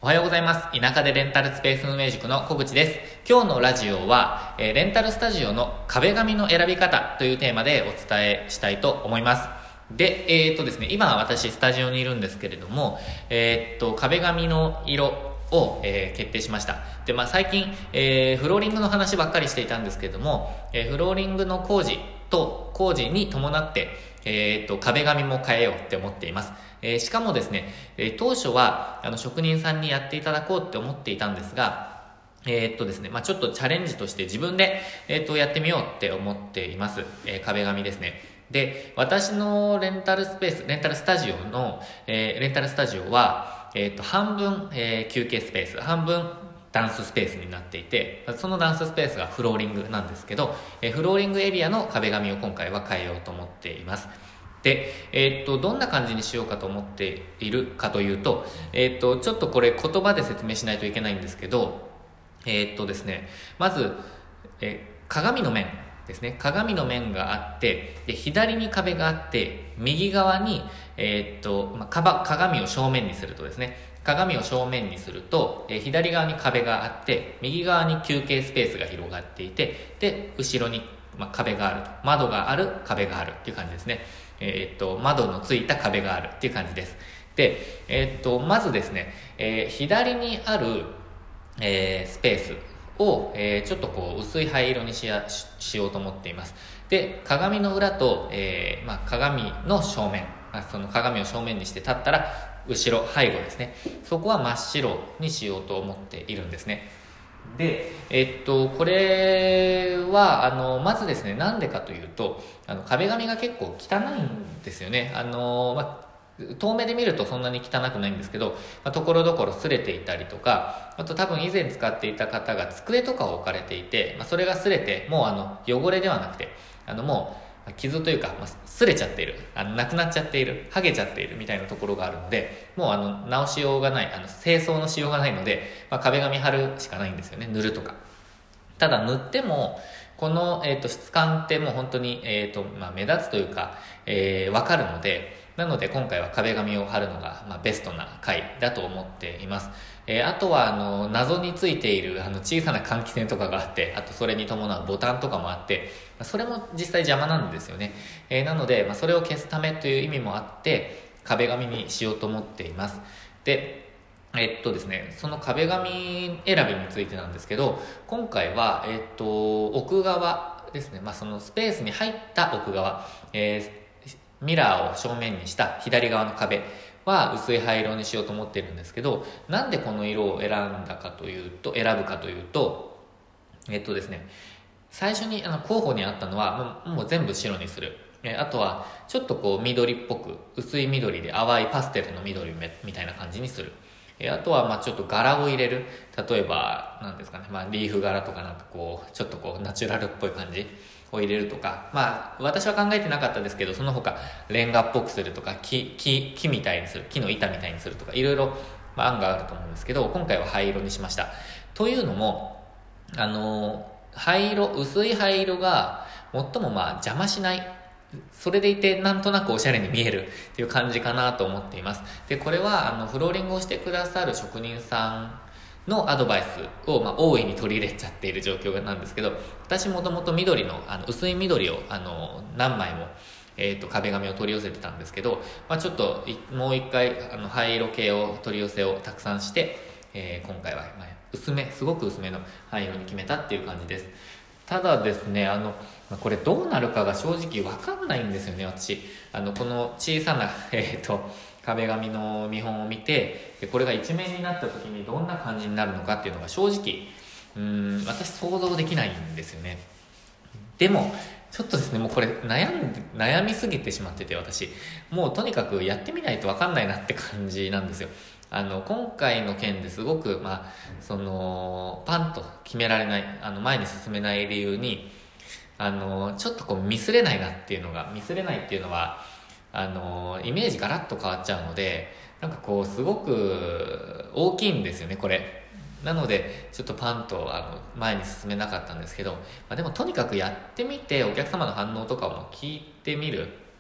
おはようございます。田舎でレンタルスペース運営塾の小口です。今日のラジオは、レンタルスタジオの壁紙の選び方というテーマでお伝えしたいと思います。で、ですね、今私スタジオにいるんですけれども、壁紙の色を、決定しました。で、最近、フローリングの話ばっかりしていたんですけれども、フローリングの工事に伴って、壁紙も変えようって思っています。しかもですね、当初は職人さんにやっていただこうって思っていたんですが、ですね、ちょっとチャレンジとして自分で、やってみようって思っています。壁紙ですね。で、私のレンタルスタジオは、半分、休憩スペース、半分ダンススペースになっていて、そのダンススペースがフローリングなんですけど、フローリングエリアの壁紙を今回は変えようと思っています。で、どんな感じにしようかと思っているかというと、ちょっとこれ言葉で説明しないといけないんですけど、ですね、まず、鏡の面ですね。鏡の面があって、で、左に壁があって、右側に、鏡を正面にするとですね、鏡を正面にすると、左側に壁があって、右側に休憩スペースが広がっていて、で、後ろに、壁があると。窓がある、壁があるっていう感じですね。窓のついた壁があるっていう感じです。で、まずですね、左にある、スペースを、ちょっと薄い灰色にしようと思っています。で、鏡の裏と、鏡の正面、その鏡を正面にして立ったら後ろ、背後ですね、そこは真っ白にしようと思っているんですね。で、これはまずですね、なんでかというと壁紙が結構汚いんですよね。遠目で見るとそんなに汚くないんですけど、ところどころ擦れていたりとか、あと多分以前使っていた方が机とかを置かれていて、それが擦れてもう汚れではなくてもう傷というか、擦れちゃっている、なくなっちゃっている、剥げちゃっているみたいなところがあるので、もう直しようがない、清掃のしようがないので、壁紙貼るしかないんですよね。塗るとか。ただ塗ってもこの、質感ってもう本当に、目立つというか、わかるので、なので今回は壁紙を貼るのが、ベストな回だと思っています。あとは謎についている小さな換気扇とかがあって、あとそれに伴うボタンとかもあって、それも実際邪魔なんですよね。なので、それを消すためという意味もあって壁紙にしようと思っています。で、ですね、その壁紙選びについてなんですけど、今回は、奥側ですね、そのスペースに入った奥側、ミラーを正面にした左側の壁は薄い灰色にしようと思っているんですけど、なんでこの色を選ぶかというと、ですね、最初に候補にあったのはもう全部白にする。あとはちょっと緑っぽく薄い緑で淡いパステルの緑みたいな感じにする。あとはちょっと柄を入れる。例えば何ですかね、リーフ柄とかちょっとナチュラルっぽい感じを入れるとか、私は考えてなかったですけど、その他レンガっぽくするとか、木みたいにする、木の板みたいにするとか、いろいろ案があると思うんですけど、今回は灰色にしました。というのも薄い灰色が最も邪魔しない、それでいてなんとなくおしゃれに見えるっていう感じかなと思っています。で、これはフローリングをしてくださる職人さんのアドバイスを大いに取り入れちゃっている状況なんですけど、私もともと緑の薄い緑を何枚も壁紙を取り寄せてたんですけど、ちょっともう一回灰色系を取り寄せをたくさんして、今回はすごく薄めの灰色に決めたっていう感じです。ただですね、これどうなるかが正直わかんないんですよね、私。この小さな、壁紙の見本を見て、これが一面になった時にどんな感じになるのかっていうのが正直、私想像できないんですよね。でも、ちょっとですね、もうこれ悩みすぎてしまってて、私。もうとにかくやってみないとわかんないなって感じなんですよ。今回の件ですごく、パンと決められない、前に進めない理由に、ちょっとミスれないっていうのは、イメージガラッと変わっちゃうので、すごく大きいんですよね、これ。なので、ちょっとパンと前に進めなかったんですけど、でもとにかくやってみて、お客様の反応とかも聞いてみる。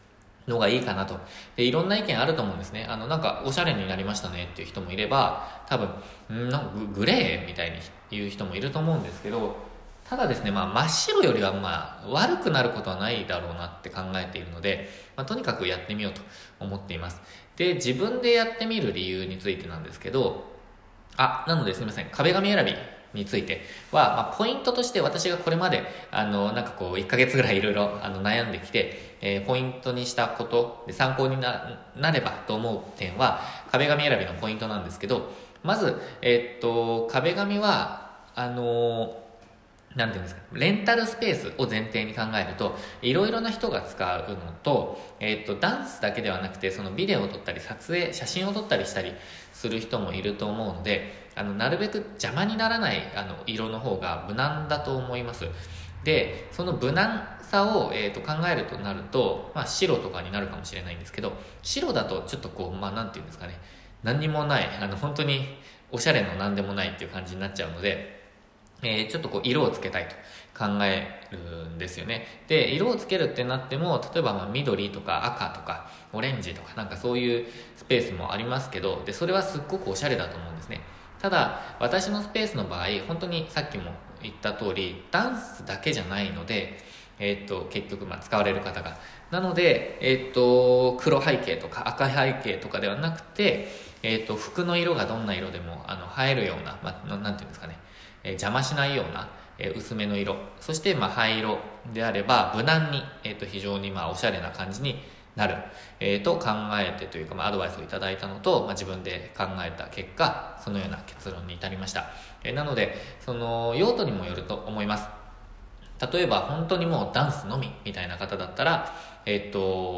のがいいかなと。で、いろんな意見あると思うんですね。なんかおしゃれになりましたねっていう人もいれば、多分なんかグレーみたいに言う人もいると思うんですけど、ただですね、真っ白よりは悪くなることはないだろうなって考えているので、とにかくやってみようと思っています。で、自分でやってみる理由についてなんですけど、なのですみません、壁紙選びについては、ポイントとして私がこれまで1ヶ月ぐらいいろいろ悩んできて、ポイントにしたことで参考になればと思う点は壁紙選びのポイントなんですけど、まず、壁紙はなんていうんですか、レンタルスペースを前提に考えると、いろいろな人が使うのと、ダンスだけではなくて、そのビデオを撮ったり、写真を撮ったりしたりする人もいると思うので、なるべく邪魔にならない、色の方が無難だと思います。で、その無難さを、考えるとなると、白とかになるかもしれないんですけど、白だとちょっとなんていうんですかね、何にもない、本当におしゃれの何でもないっていう感じになっちゃうので、ちょっと色をつけたいと考えるんですよね。で、色をつけるってなっても、例えば緑とか赤とかオレンジとかなんかそういうスペースもありますけど、で、それはすっごくおしゃれだと思うんですね。ただ、私のスペースの場合、本当にさっきも言った通り、ダンスだけじゃないので、結局使われる方が。なので、黒背景とか赤背景とかではなくて、服の色がどんな色でも映えるような、なんていうんですかね、邪魔しないような、薄めの色、そして灰色であれば無難に、非常におしゃれな感じになる、と考えてというか、アドバイスをいただいたのと、自分で考えた結果そのような結論に至りました。なのでその用途にもよると思います。例えば本当にもうダンスのみみたいな方だったら、スペ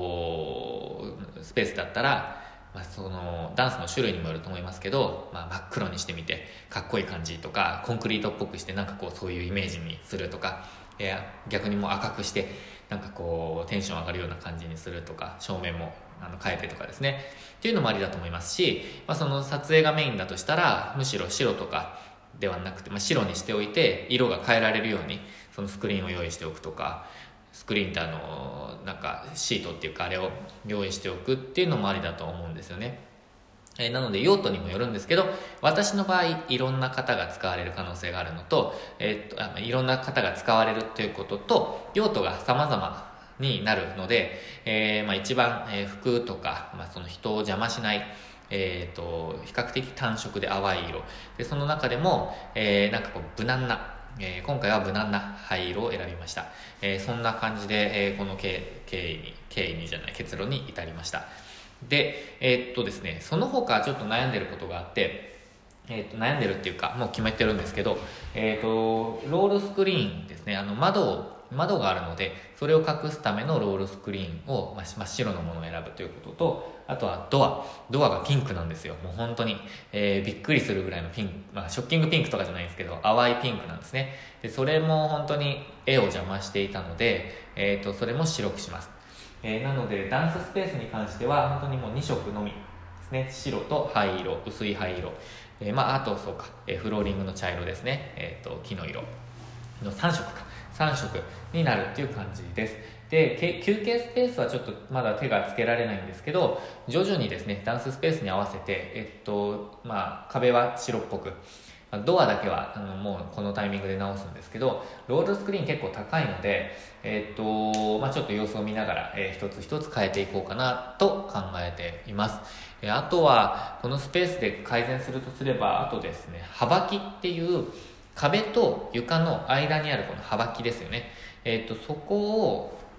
ースだったら、そのダンスの種類にもよると思いますけど、真っ黒にしてみてかっこいい感じとか、コンクリートっぽくしてそういうイメージにするとか、逆にもう赤くしてテンション上がるような感じにするとか、照明も変えてとかですねっていうのもありだと思いますし、その撮影がメインだとしたらむしろ白とかではなくて、白にしておいて色が変えられるようにそのスクリーンを用意しておくとか、スクリーンってシートっていうかあれを用意しておくっていうのもありだと思うんですよね。なので用途にもよるんですけど、私の場合いろんな方が使われる可能性があるのと、いろんな方が使われるということと、用途が様々になるので、一番、服とか、その人を邪魔しない、比較的単色で淡い色で、その中でも、無難な、今回は無難な灰色を選びました。そんな感じで、この結論に至りました。で、ですね、その他ちょっと悩んでることがあって、悩んでるっていうかもう決めてるんですけど、ロールスクリーンですね。窓があるので、それを隠すためのロールスクリーンを、真っ白のものを選ぶということと、あとはドアがピンクなんですよ。もう本当に、びっくりするぐらいのピンク、ショッキングピンクとかじゃないんですけど、淡いピンクなんですね。で、それも本当に絵を邪魔していたので、それも白くします。なのでダンススペースに関しては本当にもう2色のみですね。白と灰色、薄い灰色、あとフローリングの茶色ですね、木の色の3色になるっていう感じです。で、休憩スペースはちょっとまだ手がつけられないんですけど、徐々にですねダンススペースに合わせて、壁は白っぽく、ドアだけはもうこのタイミングで直すんですけど、ロールスクリーン結構高いので、ちょっと様子を見ながら、一つ一つ変えていこうかなと考えています。あとはこのスペースで改善するとすれば、あとですね、幅木っていう壁と床の間にあるこの幅木ですよね。そこを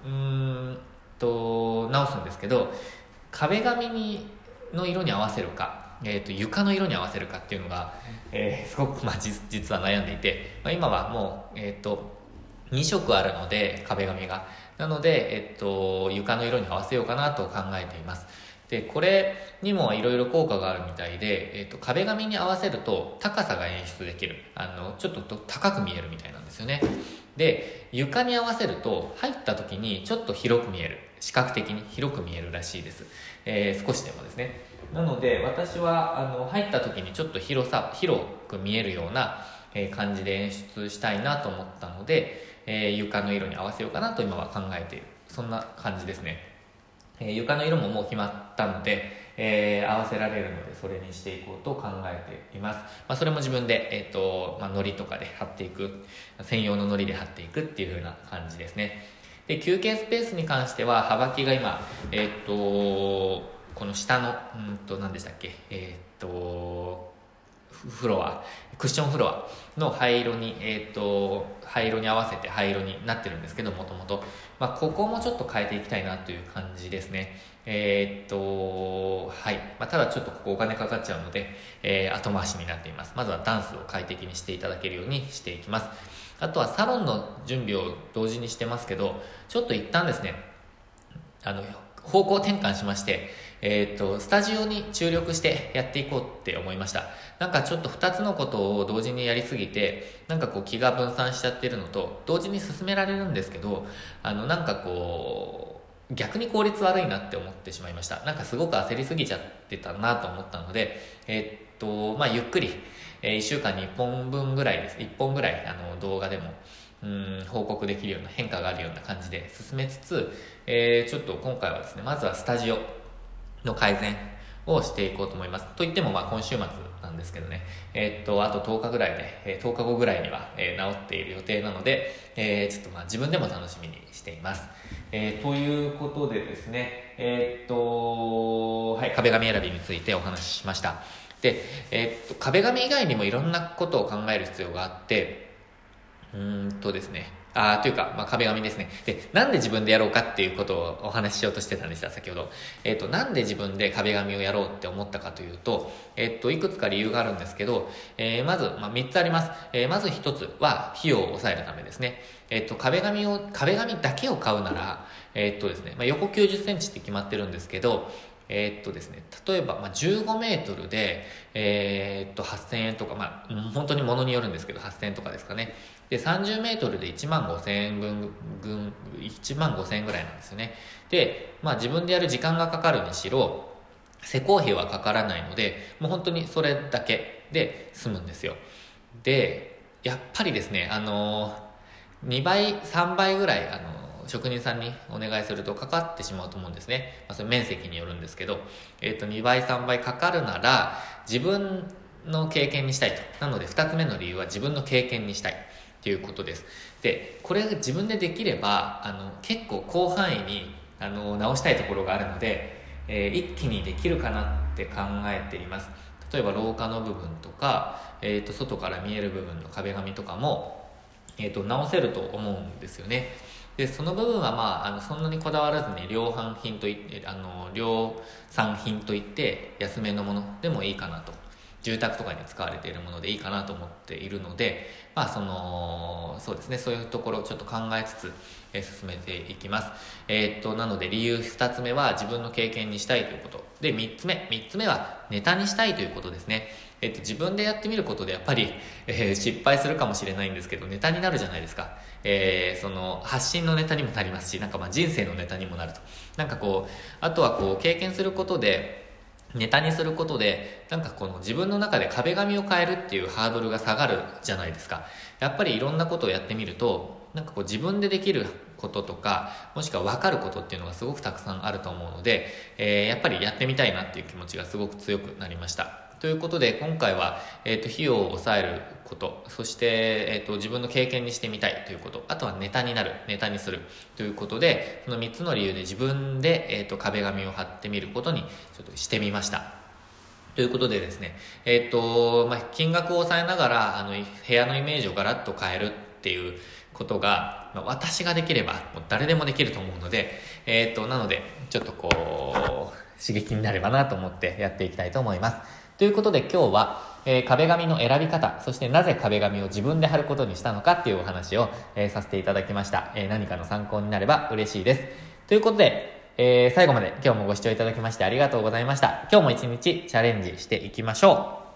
直すんですけど、壁紙の色に合わせるか、床の色に合わせるかっていうのが、すごく、実は悩んでいて、今はもう、2色あるので壁紙がなので、床の色に合わせようかなと考えています。で、これにもいろいろ効果があるみたいで、壁紙に合わせると高さが演出できる、ちょっと高く見えるみたいなんですよね。で、床に合わせると入った時にちょっと広く見える、視覚的に広く見えるらしいです。少しでもですね。なので私は入った時にちょっと広く見えるような感じで演出したいなと思ったので、床の色に合わせようかなと今は考えている、そんな感じですね。 床の色ももう決まったので、合わせられるのでそれにしていこうと考えています。それも自分で、糊とかで貼っていく、専用の糊で貼っていくっていう風な感じですね。で、休憩スペースに関しては幅木が今、この下の何でしたっけ、フロア、クッションフロアの灰色に、灰色に合わせて灰色になってるんですけど、もともとここもちょっと変えていきたいなという感じですね。はい。ただちょっとここお金かかっちゃうので、後回しになっています。まずはダンスを快適にしていただけるようにしていきます。あとはサロンの準備を同時にしてますけど、ちょっと一旦ですね、方向転換しまして、スタジオに注力してやっていこうって思いました。なんかちょっと2つのことを同時にやりすぎて、なんかこう気が分散しちゃってるのと、同時に進められるんですけど、なんかこう、逆に効率悪いなって思ってしまいました。なんかすごく焦りすぎちゃってたなと思ったので、ゆっくり、1週間に1本分ぐらいです。1本ぐらい、動画でも、報告できるような変化があるような感じで進めつつ、ちょっと今回はですね、まずはスタジオの改善をしていこうと思います。といっても今週末なんですけどね、あと10日ぐらいで、10日後ぐらいには、治っている予定なので、ちょっと自分でも楽しみにしています。ということでですね、はい、壁紙選びについてお話ししました。で、壁紙以外にもいろんなことを考える必要があって、ですね、というか、壁紙ですね。で、なんで自分でやろうかっていうことをお話ししようとしてたんでした、先ほど。なんで自分で壁紙をやろうって思ったかというと、いくつか理由があるんですけど、まず、3つあります。まず1つは、費用を抑えるためですね。壁紙だけを買うなら、ですね、横90センチって決まってるんですけど、ですね、例えば、15メートルで、8000円とか、本当に物によるんですけど、8000円とかですかね。で、30メートルで1万5000円1万5000円ぐらいなんですよね。で、自分でやる時間がかかるにしろ、施工費はかからないので、もう本当にそれだけで済むんですよ。で、やっぱりですね、2倍、3倍ぐらい、職人さんにお願いするとかかってしまうと思うんですね。それ面積によるんですけど、2倍3倍かかるなら自分の経験にしたいと。なので2つ目の理由は自分の経験にしたいということです。で、これが自分でできれば結構広範囲に直したいところがあるので、一気にできるかなって考えています。例えば廊下の部分とか、外から見える部分の壁紙とかも、直せると思うんですよね。で、その部分はそんなにこだわらずに量産品といって安めのものでもいいかなと、住宅とかに使われているものでいいかなと思っているので、そうですね、そういうところをちょっと考えつつ、進めていきます。なので理由2つ目は自分の経験にしたいということで、3つ目はネタにしたいということですね。自分でやってみることでやっぱり、失敗するかもしれないんですけど、ネタになるじゃないですか。その発信のネタにもなりますし、人生のネタにもなると。あとは経験することで、ネタにすることで、自分の中で壁紙を変えるっていうハードルが下がるじゃないですか。やっぱりいろんなことをやってみると、自分でできることとか、もしくは分かることっていうのがすごくたくさんあると思うので、やっぱりやってみたいなっていう気持ちがすごく強くなりました。ということで今回は、費用を抑えること、そして、自分の経験にしてみたいということ、あとはネタにするということで、その3つの理由で自分で、壁紙を貼ってみることにちょっとしてみました。ということでですね、金額を抑えながら部屋のイメージをガラッと変えるっていうことが、私ができればもう誰でもできると思うので、なのでちょっと刺激になればなと思ってやっていきたいと思います。ということで今日は、壁紙の選び方、そしてなぜ壁紙を自分で貼ることにしたのかっていうお話を、させていただきました。何かの参考になれば嬉しいです。ということで、最後まで今日もご視聴いただきましてありがとうございました。今日も一日チャレンジしていきましょう。